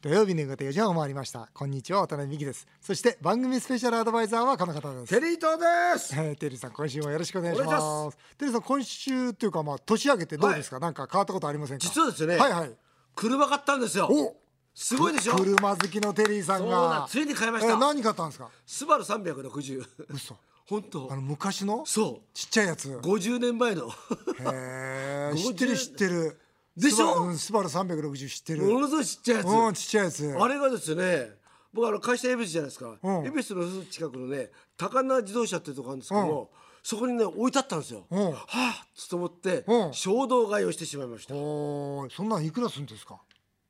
土曜日の夕方4時半を回りました。こんにちは、渡辺美希です。そして番組スペシャルアドバイザーはこの方です。 テリー東です。 テリーさん、今週もよろしくお願いしお願いしま。 ますテリーさん、今週というか年明けてどうですか、なんか変わったことありませんか？ 実はですね、 はいはい。 車買ったんですよ。 お、 すごいでしょ。 車好きのテリーさんそうながんついに買いました。 何買ったんですか？ スバル360。 嘘。 本当。 昔のそうちっちゃいやつ。 50年前の。 へえ、知ってる知ってる。 でしょ。 スバル360知ってる。 ものすごいちっちゃいやつ。 ちっちゃいやつ。 あれがですね、僕会社恵比寿じゃないですか。 うん恵比寿のすぐ近くのね、高輪自動車っていうとこあるんですけども、そこにね置いてあったんですよ。はあと思って衝動買いをしてしまいました。 おー、そんなんいくらするんですか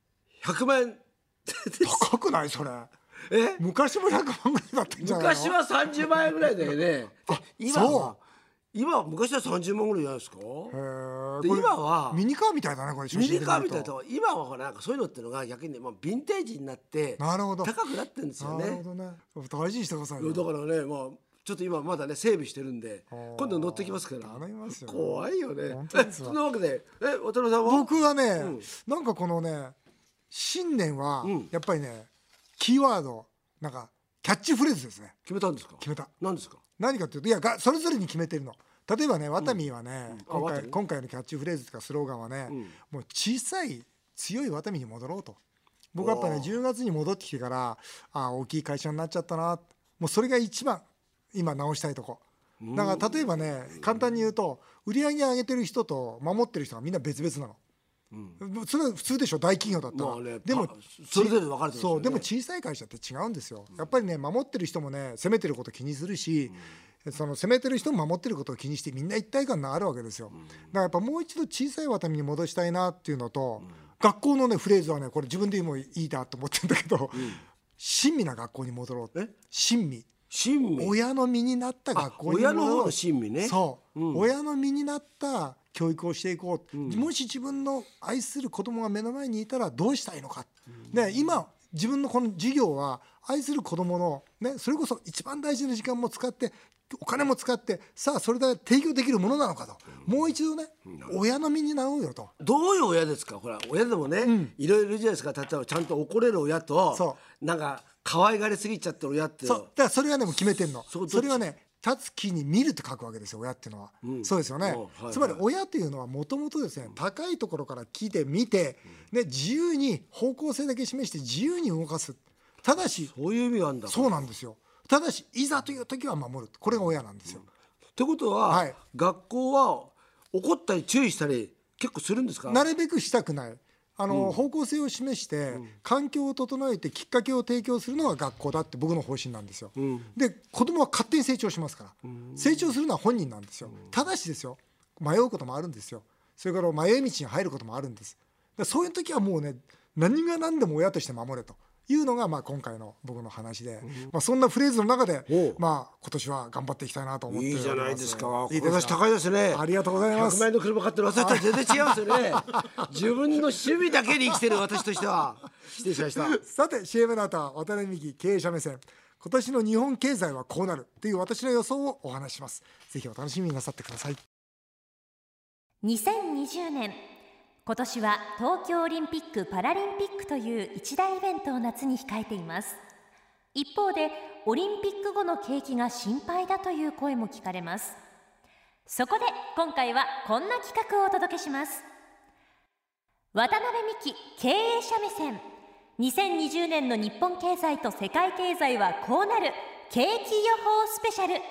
100万円。 高くないそれ？昔も100万ぐらいだったんじゃないの？ 昔は30万円ぐらいだよね。今は昔は30万ぐらいじゃないですか。で今はミニカーみたいだね、これ。 ミニカーみたいだ。今はなんかそういうのってのが逆にね、ヴィンテージになって高くなってるんですよね。 なるほどね。大事にしてくださいよ。 だからね、ちょっと今まだね整備してるんで、今度乗ってきますから。 頼みますよ。 怖いよね。 そんなわけで渡辺さんは？ 僕はね、なんかこのね、新年はやっぱりね、キーワードなんかキャッチフレーズですね。 決めたんですか？ 決めた。 何ですか？ 何かっていうと、いやそれぞれに決めてるの。例えばね、ワタミはね、今回のキャッチフレーズとかスローガンはね、もう小さい強いワタミに戻ろうと。僕はやっぱね、10月に戻ってきてから大きい会社になっちゃったな、もうそれが一番今直したいとこだから。例えばね、簡単に言うと、売り上げ上げてる人と守ってる人がみんな別々なの。それは普通でしょ、大企業だったら。でもそれぞれ分かれてますよね。 そう、でも小さい会社って違うんですよ。やっぱりね、守ってる人もね、攻めてること気にするし、その攻めてる人も守ってることを気にして、みんな一体感があるわけですよ。だからやっぱもう一度小さいワタミに戻したいなっていうのと、学校のねフレーズはね、これ自分で言うもいいなと思ってるんだけど、親身な学校に戻ろう。親身、親の身になった学校に戻ろう。 親の方の親身ね。 そう、親の身になった教育をしていこう。もし自分の愛する子供が目の前にいたらどうしたいのか。で、今自分のこの授業は愛する子供のね、それこそ一番大事な時間も使ってお金も使って、さあそれで提供できるものなのかと、もう一度ね、親の身になろうよと。 どういう親ですか？ほら、親でもね、いろいろいるじゃないですか。例えばちゃんと怒れる親と、なんか可愛がりすぎちゃってる親って。 そうだから、それはねもう決めてんの。それはね、立つ木に見るって書くわけですよ、親っていうのは。そうですよね。つまり親というのはもともとですね、高いところから木で見て、自由に方向性だけ示して自由に動かす。ただし、 そういう意味があるんだ。 そうなんですよ。ただしいざという時は守る。これが親なんですよ。 ってことは、学校は怒ったり注意したり結構するんですか？ なるべくしたくない。方向性を示して、環境を整えてきっかけを提供するのが学校だって僕の方針なんですよ。で、子供は勝手に成長しますから、成長するのは本人なんですよ。ただしですよ、迷うこともあるんですよ。それから迷い道に入ることもあるんです。そういう時はもうね、何が何でも親として守れというのが今回の僕の話で、そんなフレーズの中で今年は頑張っていきたいなと思っております。 いいじゃないですか。 いいですか？ 高いですね。 ありがとうございます。 100万円の車買ってる私と全然違いますよね。自分の趣味だけに生きてる私としては。失礼しました。 さて CM の後は渡辺美希経営者目線、今年の日本経済はこうなるという私の予想をお話しします。ぜひお楽しみになさってください。 2020年、今年は東京オリンピック・パラリンピックという一大イベントを夏に控えています。一方でオリンピック後の景気が心配だという声も聞かれます。そこで今回はこんな企画をお届けします。渡辺美希経営者目線、2020年の日本経済と世界経済はこうなる景気予報スペシャル。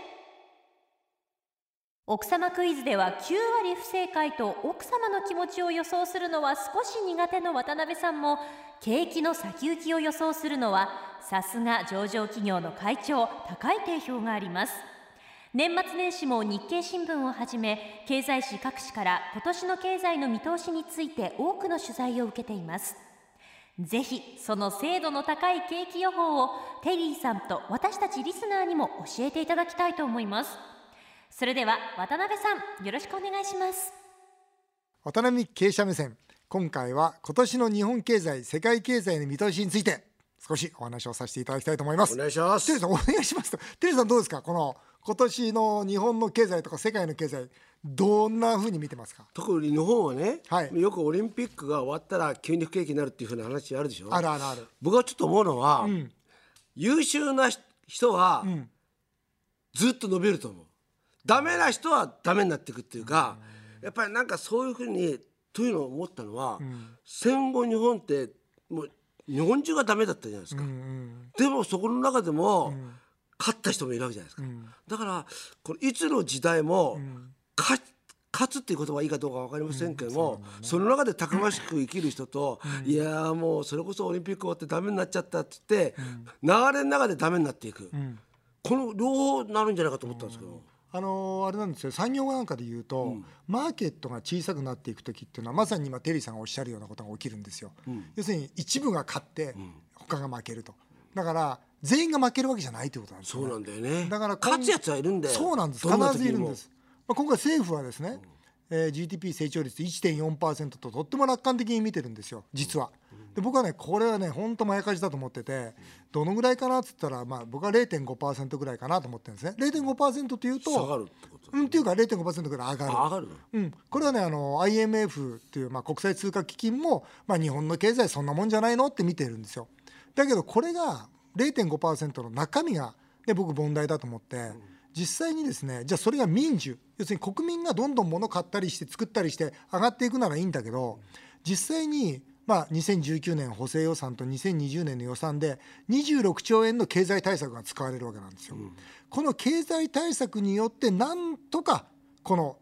奥様クイズでは9割不正解と奥様の気持ちを予想するのは少し苦手の渡辺さんも、景気の先行きを予想するのはさすが上場企業の会長、高い定評があります。年末年始も日経新聞をはじめ経済誌各紙から今年の経済の見通しについて多くの取材を受けています。ぜひその精度の高い景気予報をテリーさんと私たちリスナーにも教えていただきたいと思います。それでは渡辺さん、よろしくお願いします。 渡辺経営者目線、今回は今年の日本経済、世界経済の見通しについて少しお話をさせていただきたいと思います。 お願いします。 テリーさんお願いしますと。テリーさんどうですか、この今年の日本の経済とか世界の経済どんな風に見てますか？ 特に日本はね、 はい、 よくオリンピックが終わったら急に不景気になるっていう風な話あるでしょ。 あるあるある。 僕はちょっと思うのは、優秀な人はずっと伸びると思う。ダメな人はダメになっていくっていうか、やっぱりなんかそういう風にというのを思ったのは、戦後日本ってもう日本中がダメだったじゃないですか、でもそこの中でも、勝った人もいるわけじゃないですか、だからこれいつの時代も、勝つっていう言葉はいいかどうか分かりませんけども、その中でたくましく生きる人と、いやもうそれこそオリンピック終わってダメになっちゃったって言って、流れの中でダメになっていく、この両方になるんじゃないかと思ったんですけど、 あれなんですよ、産業なんかで言うと、マーケットが小さくなっていく時っていうのはまさに今テリーさんがおっしゃるようなことが起きるんですよ、要するに一部が勝って他が負けると。だから全員が負けるわけじゃないということなんですよね。 そうなんだよね。 だから勝つやつはいるんだよ。 そうなんです、必ずいるんです。今回政府はですね、GDP 成長率 1.4% ととっても楽観的に見てるんですよ実は。で僕はねこれはね本当まやかしだと思ってて、どのぐらいかなっつったら、僕は 0.5% ぐらいかなと思ってるんですね。 0.5% というと下がるってこと、 っていうか 0.5% ぐらい上がる。これはねIMF っていう、国際通貨基金も、日本の経済そんなもんじゃないのって見てるんですよ。だけどこれが 0.5% の中身が、僕問題だと思って、実際にですね、じゃあそれが民需、要するに国民がどんどん物買ったりして作ったりして上がっていくならいいんだけど、実際に2019年補正予算と2020年の予算で26兆円の経済対策が使われるわけなんですよ、この経済対策によってなんとかこの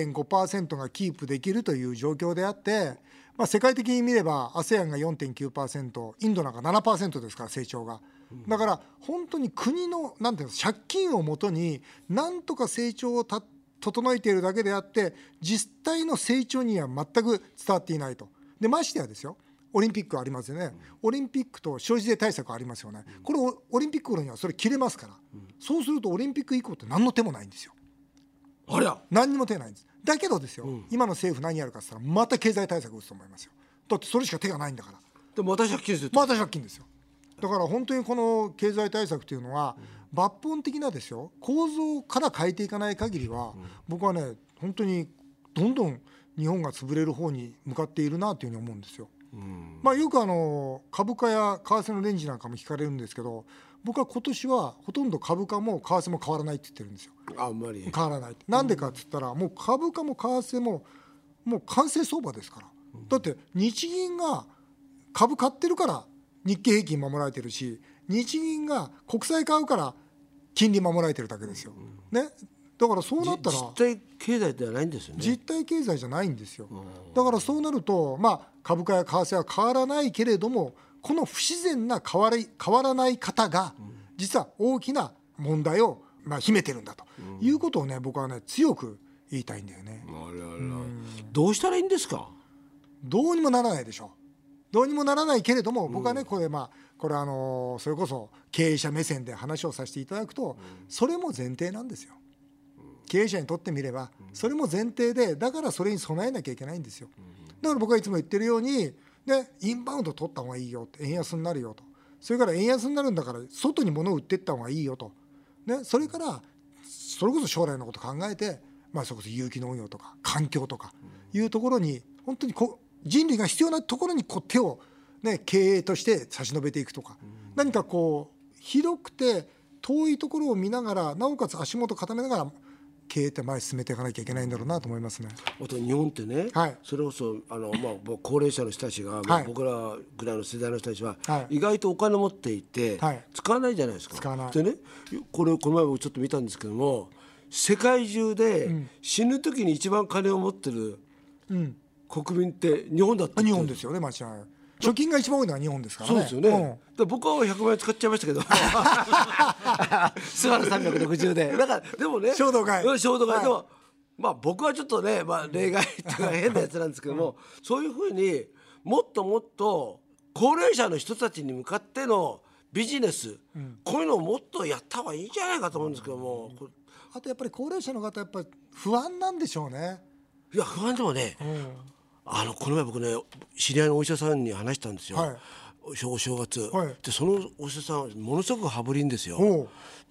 0.5% がキープできるという状況であって、世界的に見れば ASEAN が 4.9%、 インドなんか 7% ですから成長が。だから本当に国のなんていうの、借金をもとになんとか成長を整えているだけであって実態の成長には全く伝わっていないと。でましてやですよ、オリンピックありますよね、オリンピックと消費税対策ありますよね、これオリンピック頃にはそれ切れますから、そうするとオリンピック以降って何の手もないんですよ。 ありゃ何にも手ないんです。だけどですよ、今の政府何やるかって言ったらまた経済対策を打つと思いますよ。だってそれしか手がないんだから。 でまた借金すると、 また借金ですよ。だから本当にこの経済対策というのは抜本的なですよ構造から変えていかない限りは、僕はね本当にどんどん日本が潰れる方に向かっているなというふうに思うんですよ。よく株価や為替のレンジなんかも聞かれるんですけど、僕は今年はほとんど株価も為替も変わらないって言ってるんですよ。 あんまり変わらない。なんでかって言ったらもう株価も為替ももう完成相場ですから。だって日銀が株買ってるから日経平均守られてるし、日銀が国債買うから金利守られてるだけですよ、ね。だからそうなったら実体経済ではないんですよね。 実体経済じゃないんですよ。だからそうなると、株価や為替は変わらないけれども、この不自然な変わらない方が実は大きな問題を秘めてるんだということをね、僕はね強く言いたいんだよね。 どうしたらいいんですか？ どうにもならないでしょ。どうにもならないけれども、僕はねこれそれこそ経営者目線で話をさせていただくと、それも前提なんですよ。経営者にとってみればそれも前提で、だからそれに備えなきゃいけないんですよ。だから僕はいつも言ってるように、インバウンド取った方がいいよって、円安になるよと、それから円安になるんだから外に物を売っていった方がいいよと、それからそれこそ将来のこと考えて、それこそ有機農業とか環境とかいうところに本当に人類が必要なところに手を、経営として差し伸べていくとか、何か広くて遠いところを見ながら、なおかつ足元固めながら経営って前に進めていかなきゃいけないんだろうなと思いますね。 あと日本ってね、それこそ高齢者の人たちが、僕らぐらいの世代の人たちは、意外とお金持っていて、使わないじゃないですか。 使わない。 でね、この前僕ちょっと見たんですけども、世界中で死ぬ時に一番金を持ってる、国民って日本だって。 日本ですよね、間違いない。貯金が一番多いのは日本ですからね。 そうですよね、で僕は100万円使っちゃいましたけど菅原360でだからでもね、 衝動買い、 でも僕はちょっとね、例外っていうか変なやつなんですけども、そういうふうにもっともっと高齢者の人たちに向かってのビジネス、こういうのをもっとやった方がいいんじゃないかと思うんですけども、 あとやっぱり高齢者の方やっぱり不安なんでしょうね。 いや不安でもね、この前僕ね知り合いのお医者さんに話したんですよ、お正月、でそのお医者さんものすごく羽振りんですよ。で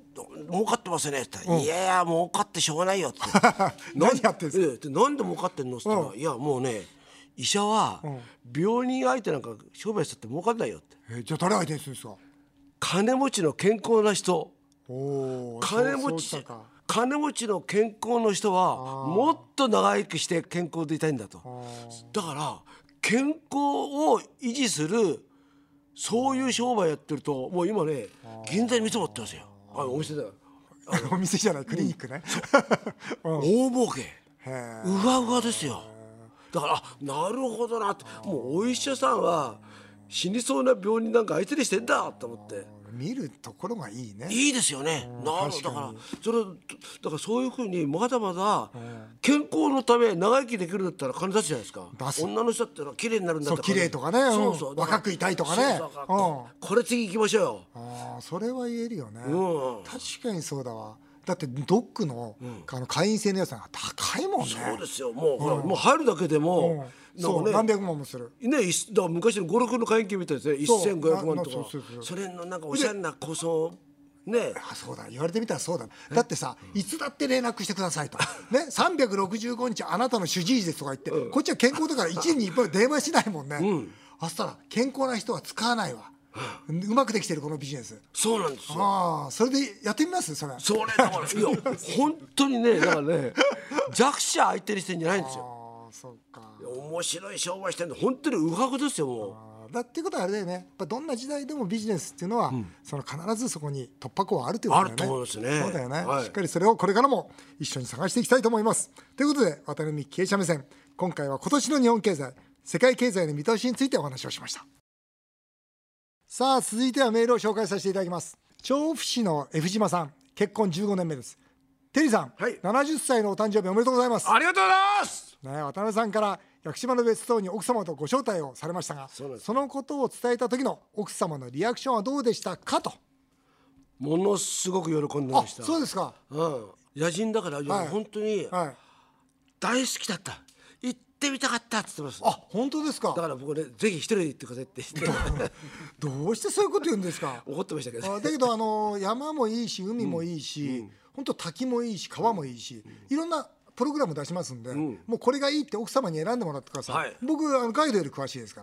儲かってますねって言ったら、いやいや儲かってしょうがないよって何やってんですか。 なんで儲かってんのって言ったら、いやもうね医者は病人相手なんか商売したって儲かんないよって。 じゃあ誰相手にするんですか。 金持ちの健康な人、金持ちの健康の人はもっと長生きして健康でいたいんだと。だから健康を維持するそういう商売やってると、もう今ね銀座に店持ってますよ。お店だよ。 お店じゃない、クリニックね。 大儲け、うわうわですよ。だからなるほどなって、もうお医者さんは死にそうな病人なんか相手にしてんだと思って。 見るところがいいね。 いいですよね。なるほど。だからそういうふうにまだまだ健康のため長生きできるんだったら金出すじゃないですか。女の人だったら綺麗になるんだったら綺麗とかね、若くいたいとかね。 これ次行きましょうよ。 それは言えるよね。確かにそうだわ。だってドックの会員制のやつが高いもんね。 そうですよ。もう入るだけでも何百万もするね。だから昔の56の会員権みたいですね。1500万とか。それのなんかおしゃれな構想ね。 そうだ、言われてみたらそうだ。だってさ、いつだって連絡してくださいとね、365日あなたの主治医ですとか言って、こっちは健康だから1日に1本電話しないもんね。あしたら健康な人は使わないわ。うまくできてるこのビジネス。 そうなんですよ。 それでやってみます。それだからいや本当にね、だからね弱者相手にしてんじゃないんですよ。 そうか。 面白い商売してんの本当にうはぐですよ。もうだっていうことはあれだよね。やっぱどんな時代でもビジネスっていうのは、必ずそこに突破口はあるということだよね。 あると思いますね。 そうだよね、しっかりそれをこれからも一緒に探していきたいと思います。ということで、渡辺美希経営者目線、今回は今年の日本経済、世界経済の見通しについてお話をしました。さあ続いてはメールを紹介させていただきます。調布市の F 島さん、結婚15年目です。テリーさん、70歳のお誕生日おめでとうございます。 ありがとうございます、 渡辺さんから屋久島の別荘に奥様とご招待をされましたが、そのことを伝えた時の奥様のリアクションはどうでしたかと。 ものすごく喜んでました。 そうですか。 野人だから、本当に大好きだった、行ってみたかったって言ってます。 本当ですか。 だから僕ね、ぜひ一人で行ってくださいって言ってどうしてそういうこと言うんですか。 怒ってましたけど。 だけど山もいいし海もいいし、本当滝もいいし川もいいし、いろんなプログラム出しますんで、もうこれがいいって奥様に選んでもらってください。僕ガイドより詳しいですから。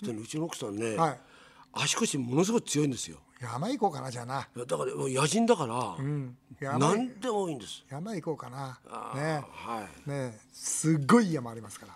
うちの奥さんね、足腰ものすごく強いんですよ。 山行こうかな、じゃあな。 だから野人だから何でもいいんです。 山行こうかなね。すっごい山ありますから。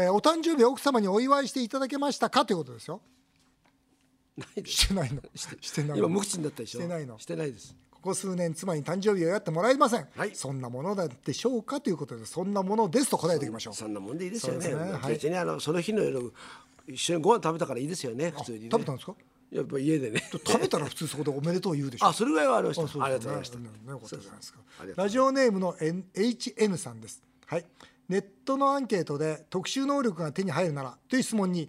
お誕生日奥様にお祝いしていただけましたかということですよ。してないの。してない。 今無口になったでしょ。 してないの。 してないです。 ここ数年妻に誕生日をやってもらえません、そんなものだでしょうかということで、そんなものですと答えていきましょう。 そんなもんでいいですよね。別にその日の夜一緒にご飯食べたからいいですよね。普通にね。 食べたんですか。 やっぱ家でね。 食べたら普通そこでおめでとう言うでしょ。 それぐらいはありました。ありがとうございました。 ラジオネームの HN さんです。ネットのアンケートで特殊能力が手に入るならという質問に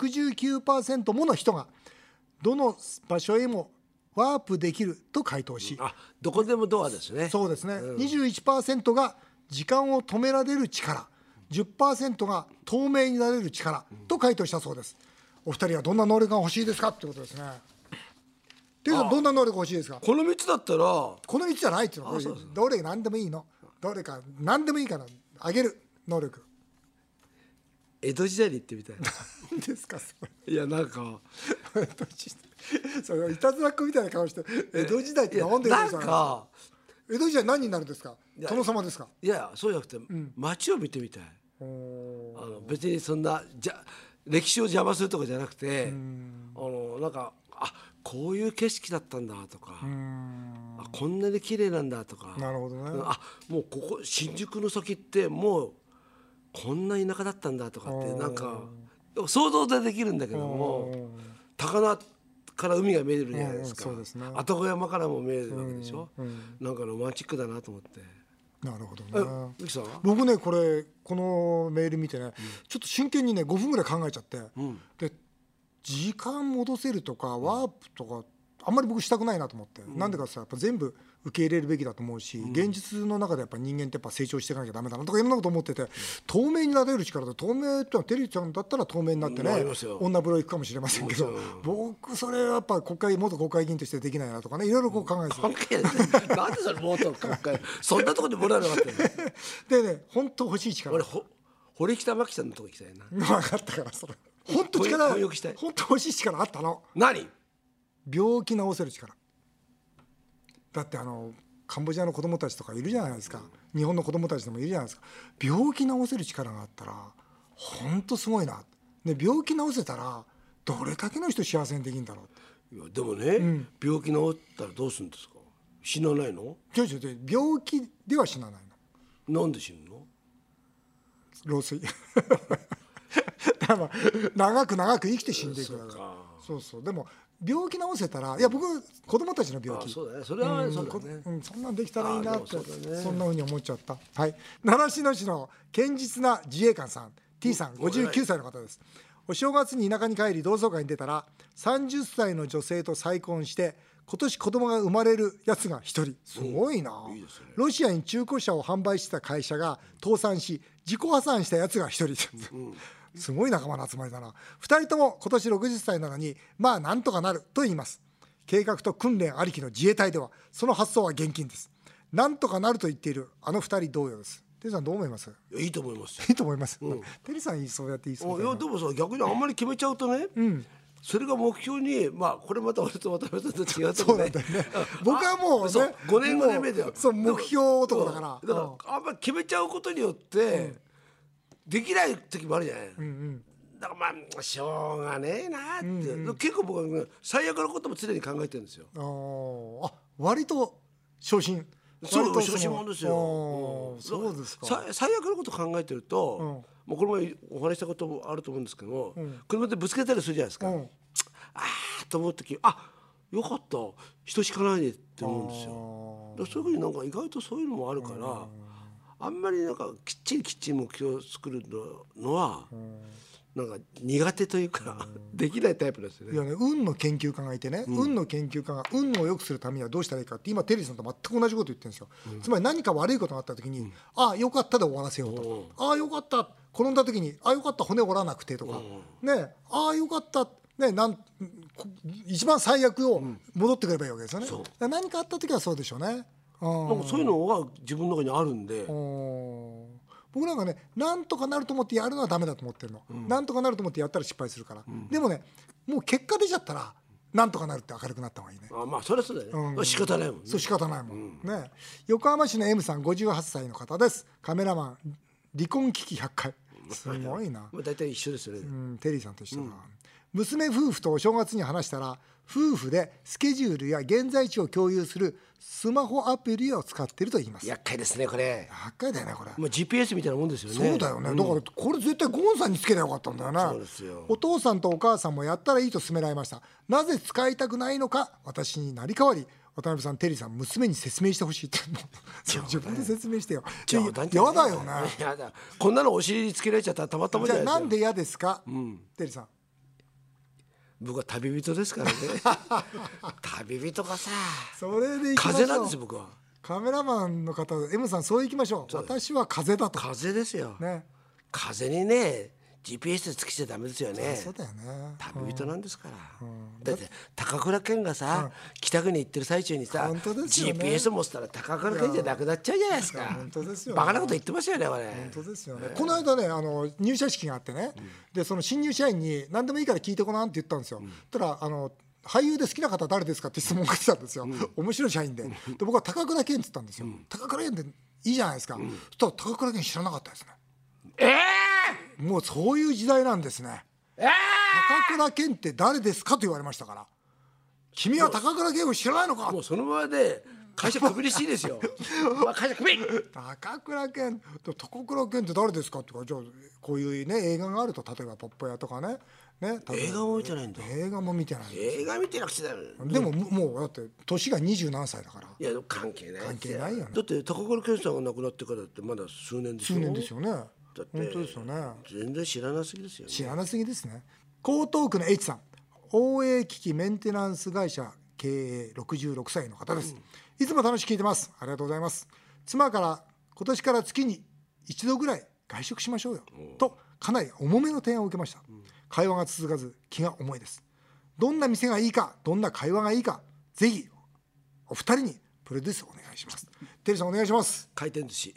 69% もの人がどの場所へもワープできると回答し、 どこでもドアですね。 そうですね、21% が時間を止められる力、10% が透明になれる力と回答したそうです。お二人はどんな能力が欲しいですかってことですね。ていうかどんな能力が欲しいですか。 この3つだったら。この3つじゃないっていうのは、どれ何でもいいの。どれか何でもいいからあげる能力。 江戸時代に行ってみたい。 何ですかそれ。 いやなんかそれいたずらっ子みたいな顔して江戸時代ってなんでなんか江戸時代何になるんですか。殿様ですか。 いやそうじゃなくて、街を見てみたい。別にそんな歴史を邪魔するとかじゃなくて、なんかこういう景色だったんだとか、こんなに綺麗なんだとか。 なるほどね。 もうここ新宿の先ってもうこんな田舎だったんだとかってなんか想像できるんだけども、高菜から海が見えるじゃないですか。愛宕山からも見えるわけでしょ。なんかロマンチックだなと思って。 なるほどね。 ミキさんは？ 僕ねこのメール見てね、ちょっと真剣にね5分ぐらい考えちゃって、で時間戻せるとかワープとかあんまり僕したくないなと思って、なんでかってやっぱ全部受け入れるべきだと思うし、現実の中でやっぱ人間ってやっぱ成長していかなきゃダメだなとかいろんなこと思ってて、透明になれる力で、透明ってのはテリーちゃんだったら透明になってね、女風呂行くかもしれませんけど、僕それはやっぱ元国会議員としてできないなとかね、いろいろこう考えて関係ないなんでそれ元国会そんなとこでもらえなかったのでね、本当欲しい力、 俺堀北真希さんのとこ行きたいな。 分かったから、それ本当力、本当欲しい力あったの。 何？ 病気治せる力だって。カンボジアの子供たちとかいるじゃないですか、日本の子供たちでもいるじゃないですか。病気治せる力があったら本当すごいな。で病気治せたらどれだけの人幸せにできるんだろう。 いやでもね、病気治ったらどうするんですか？死なないの？ 病気では死なないの。なんで死ぬの？ 老衰だから長く生きて死んでいくから。そうそう。でも病気治せたら、いや僕子供たちの病気、 そうだね、それはそうだね、 そんなんできたらいいなって、そんな風に思っちゃった。はい、習志野市の堅実な自衛官さん T さん、59歳の方です。お正月に田舎に帰り同窓会に出たら、30歳の女性と再婚して今年子供が生まれるやつが一人。すごいな。いいですね。ロシアに中古車を販売してた会社が倒産し自己破産したやつが一人。すごい仲間の集まりだな。2人とも今年60歳なのに、まあなんとかなると言います。計画と訓練ありきの自衛隊ではその発想は厳禁です。なんとかなると言っているあの2人同様です。テリーさんどう思います？ いいと思います。 いいと思います。テリーさんそうやって言いそうだな。 いやでもさ、逆にあんまり決めちゃうとね、それが目標に、まあこれまた俺と渡辺さんと違うところで、 僕はもうね、 5年5年目だよ。 そう目標男だから。 だからあんまり決めちゃうことによってできない時もあるじゃない。だからまあしょうがねえなって、結構僕は、ね、最悪のことも常に考えてるんですよ。 割と小心。 そう小心者ですよ。 そうですか。 最悪のこと考えてると、もうこの前お話したこともあると思うんですけども、車でぶつけたりするじゃないですか。ああと思う時、あよかった人しかないでって思うんですよ。だからそういうふうになんか意外とそういうのもあるから、あんまりなんかきっちり目標を作るのはなんか苦手というかできないタイプですよね。 いやね、運の研究家がいてね、運の研究家が運を良くするためにはどうしたらいいかって今テリーさんと全く同じこと言ってるんですよ。つまり何か悪いことがあった時に、ああよかったで終わらせようと、ああよかった転んだ時にああよかった骨折らなくてとか、ねああよかったね、一番最悪を戻ってくればいいわけですよね。何かあった時はそうでしょうね。なんかそういうのが自分の中にあるんで。 僕なんかね、なんとかなると思ってやるのはダメだと思ってるの、なんとかなると思ってやったら失敗するから、でもねもう結果出ちゃったらなんとかなるって明るくなった方がいいね。 まあそれはそうだよね、仕方ないもんね。 そう仕方ないもん、ね。横浜市の M さん58歳の方です。カメラマン、離婚危機100回。すごいな。 大体一緒ですよね。 テリーさんと一緒だな。娘夫婦とお正月に話したら、夫婦でスケジュールや現在地を共有するスマホアプリを使っていると言います。 厄介ですねこれ。 厄介だよねこれ。 もう GPS みたいなもんですよね。 そうだよね、だからこれ絶対ゴンさんにつければよかったんだよね。 そうですよ。 お父さんとお母さんもやったらいいと勧められました。なぜ使いたくないのか私になり代わり渡辺さん、テリーさん、娘に説明してほしいって自分で説明してよ。やだよね。 やだ、こんなのお尻につけられちゃったらたまったもんじゃないですよ。 じゃあなんで嫌ですか、テリーさん。 僕は旅人ですからね旅人がさ、 それで行きましょう。 風なんです僕は。 カメラマンの方、 M さんそう行きましょう。私は風だと。 風ですよ、 ね、 風にね GPS つけちゃダメですよね。 そうだよね。 旅人なんですから、だって高倉健がさ、北国行ってる最中にさ、GPS 持ってたら高倉健じゃなくなっちゃうじゃないですか。 本当ですよ、 バカなこと言ってますよねこれ。 本当ですよね。この間ね入社式があってね、でその新入社員に何でもいいから聞いてこなんって言ったんですよ。そしたら俳優で好きな方誰ですかって質問が来たんですよ、面白い社員で。僕は高倉健って言ったんですよ、高倉健っていいじゃないですか、そしたら高倉健知らなかったですね。もうそういう時代なんですね。高倉健って誰ですかと言われましたから、君は高倉健を知らないのか。 もうその場で会社クビにしていいですよ会社クビ。 高倉健、高倉健って誰ですかって言うから、じゃあこういうね映画があると、例えばポッポ屋とかね、 映画も見てないんだ。 映画も見てない。 映画見てなくてだよ。 でももうだって年が20何歳だから。 いや関係ない。 関係ないよね。 だって高倉健さんが亡くなってからってまだ数年ですよ。 数年ですよね。 だって本当ですよね。 全然知らなすぎですよね。 知らなすぎですね。江東区の H さん、応援機器メンテナンス会社経営66歳の方です。いつも楽しく聞いてます。ありがとうございます。妻から今年から月に一度ぐらい外食しましょうよとかなり重めの提案を受けました。会話が続かず気が重いです。どんな店がいいか、どんな会話がいいか、ぜひお二人にプロデュースをお願いします。テリーさんお願いします。 回転寿司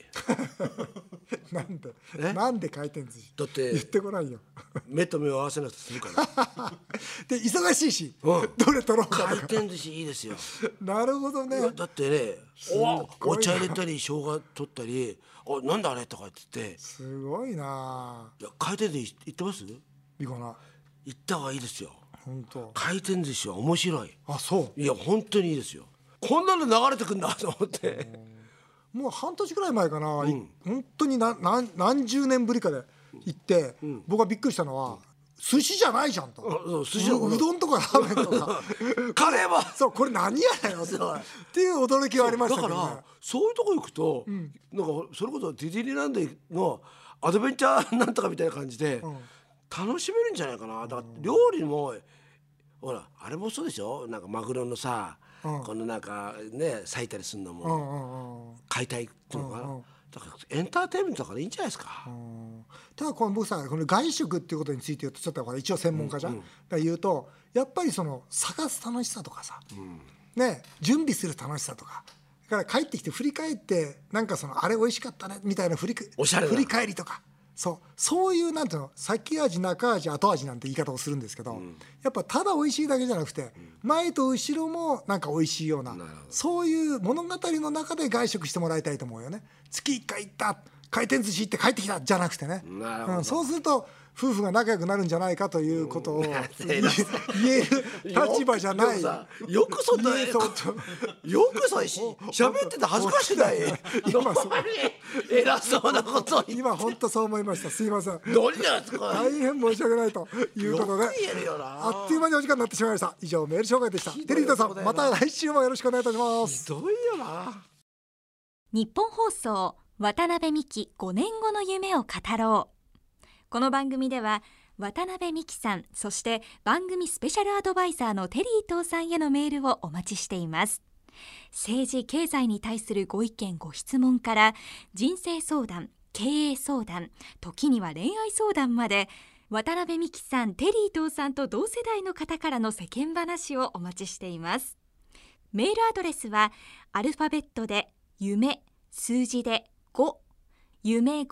なんで回転寿司だって言ってこないよ。 目と目を合わせなくて済むからで忙しいし、どれ取ろうかとか。 回転寿司いいですよ。 なるほどね。 だってね、お茶入れたり生姜取ったり、なんだあれとか言ってすごいな。 いや回転寿司行ってます？ いいかな。 行った方がいいですよ。 本当。 回転寿司は面白い。 あ、そう。 いや本当にいいですよ。こんなの流れてくんだと思ってもう半年くらい前かな、本当に何十年ぶりかで行って、僕がびっくりしたのは寿司じゃないじゃんと。 寿司うどんとかラーメンとかカレーはそう、これ何やねんっていう驚きはありましたけどね。 だからそういうとこ行くと、なんかそれこそディズニーランドのアドベンチャーなんとかみたいな感じで楽しめるんじゃないかな。だから料理もほらあれもそうでしょ。なんかマグロのさ、このなんかね裂いたりするのも解体っていうのかな。だからエンターテインメントだからいいんじゃないですか。 ただ僕さ、この外食っていうことについて言うとちょっと一応専門家じゃん、だから言うとやっぱりその探す楽しさとかさ、ね、準備する楽しさとか、だから帰ってきて振り返ってなんかそのあれ美味しかったねみたいな振り返りとか、そういうなんていうの、先味中味後味なんて言い方をするんですけど、やっぱただ美味しいだけじゃなくて、前と後ろもなんか美味しいような、そういう物語の中で外食してもらいたいと思うよね。月1回行った回転寿司行って帰ってきたじゃなくてね、そうすると夫婦が仲良くなるんじゃないかということを言える立場じゃない。 よくそんなよくそ喋ってて恥ずかしくない？ 今偉そうなこと今本当そう思いました。すいません。 何ですか。 大変申し訳ないということで、あっという間にお時間になってしまいました。以上メール紹介でした。テリータさん、また来週もよろしくお願いいたします。 ひどいよな。 日本放送渡辺美希5年後の夢を語ろう。この番組では渡辺美希さん、そして番組スペシャルアドバイザーのテリー伊藤さんへのメールをお待ちしています。政治経済に対するご意見ご質問から、人生相談、経営相談、時には恋愛相談まで、渡辺美希さん、テリー伊藤さんと同世代の方からの世間話をお待ちしています。メールアドレスはアルファベットで夢、数字で5、夢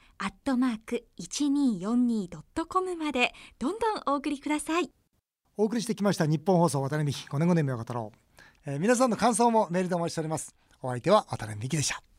5@1242.com までどんどんお送りください。 お送りしてきました日本放送渡辺美希5年後の夢を語ろう。皆さんの感想もメールでお待ちしております。お相手は渡辺美希でした。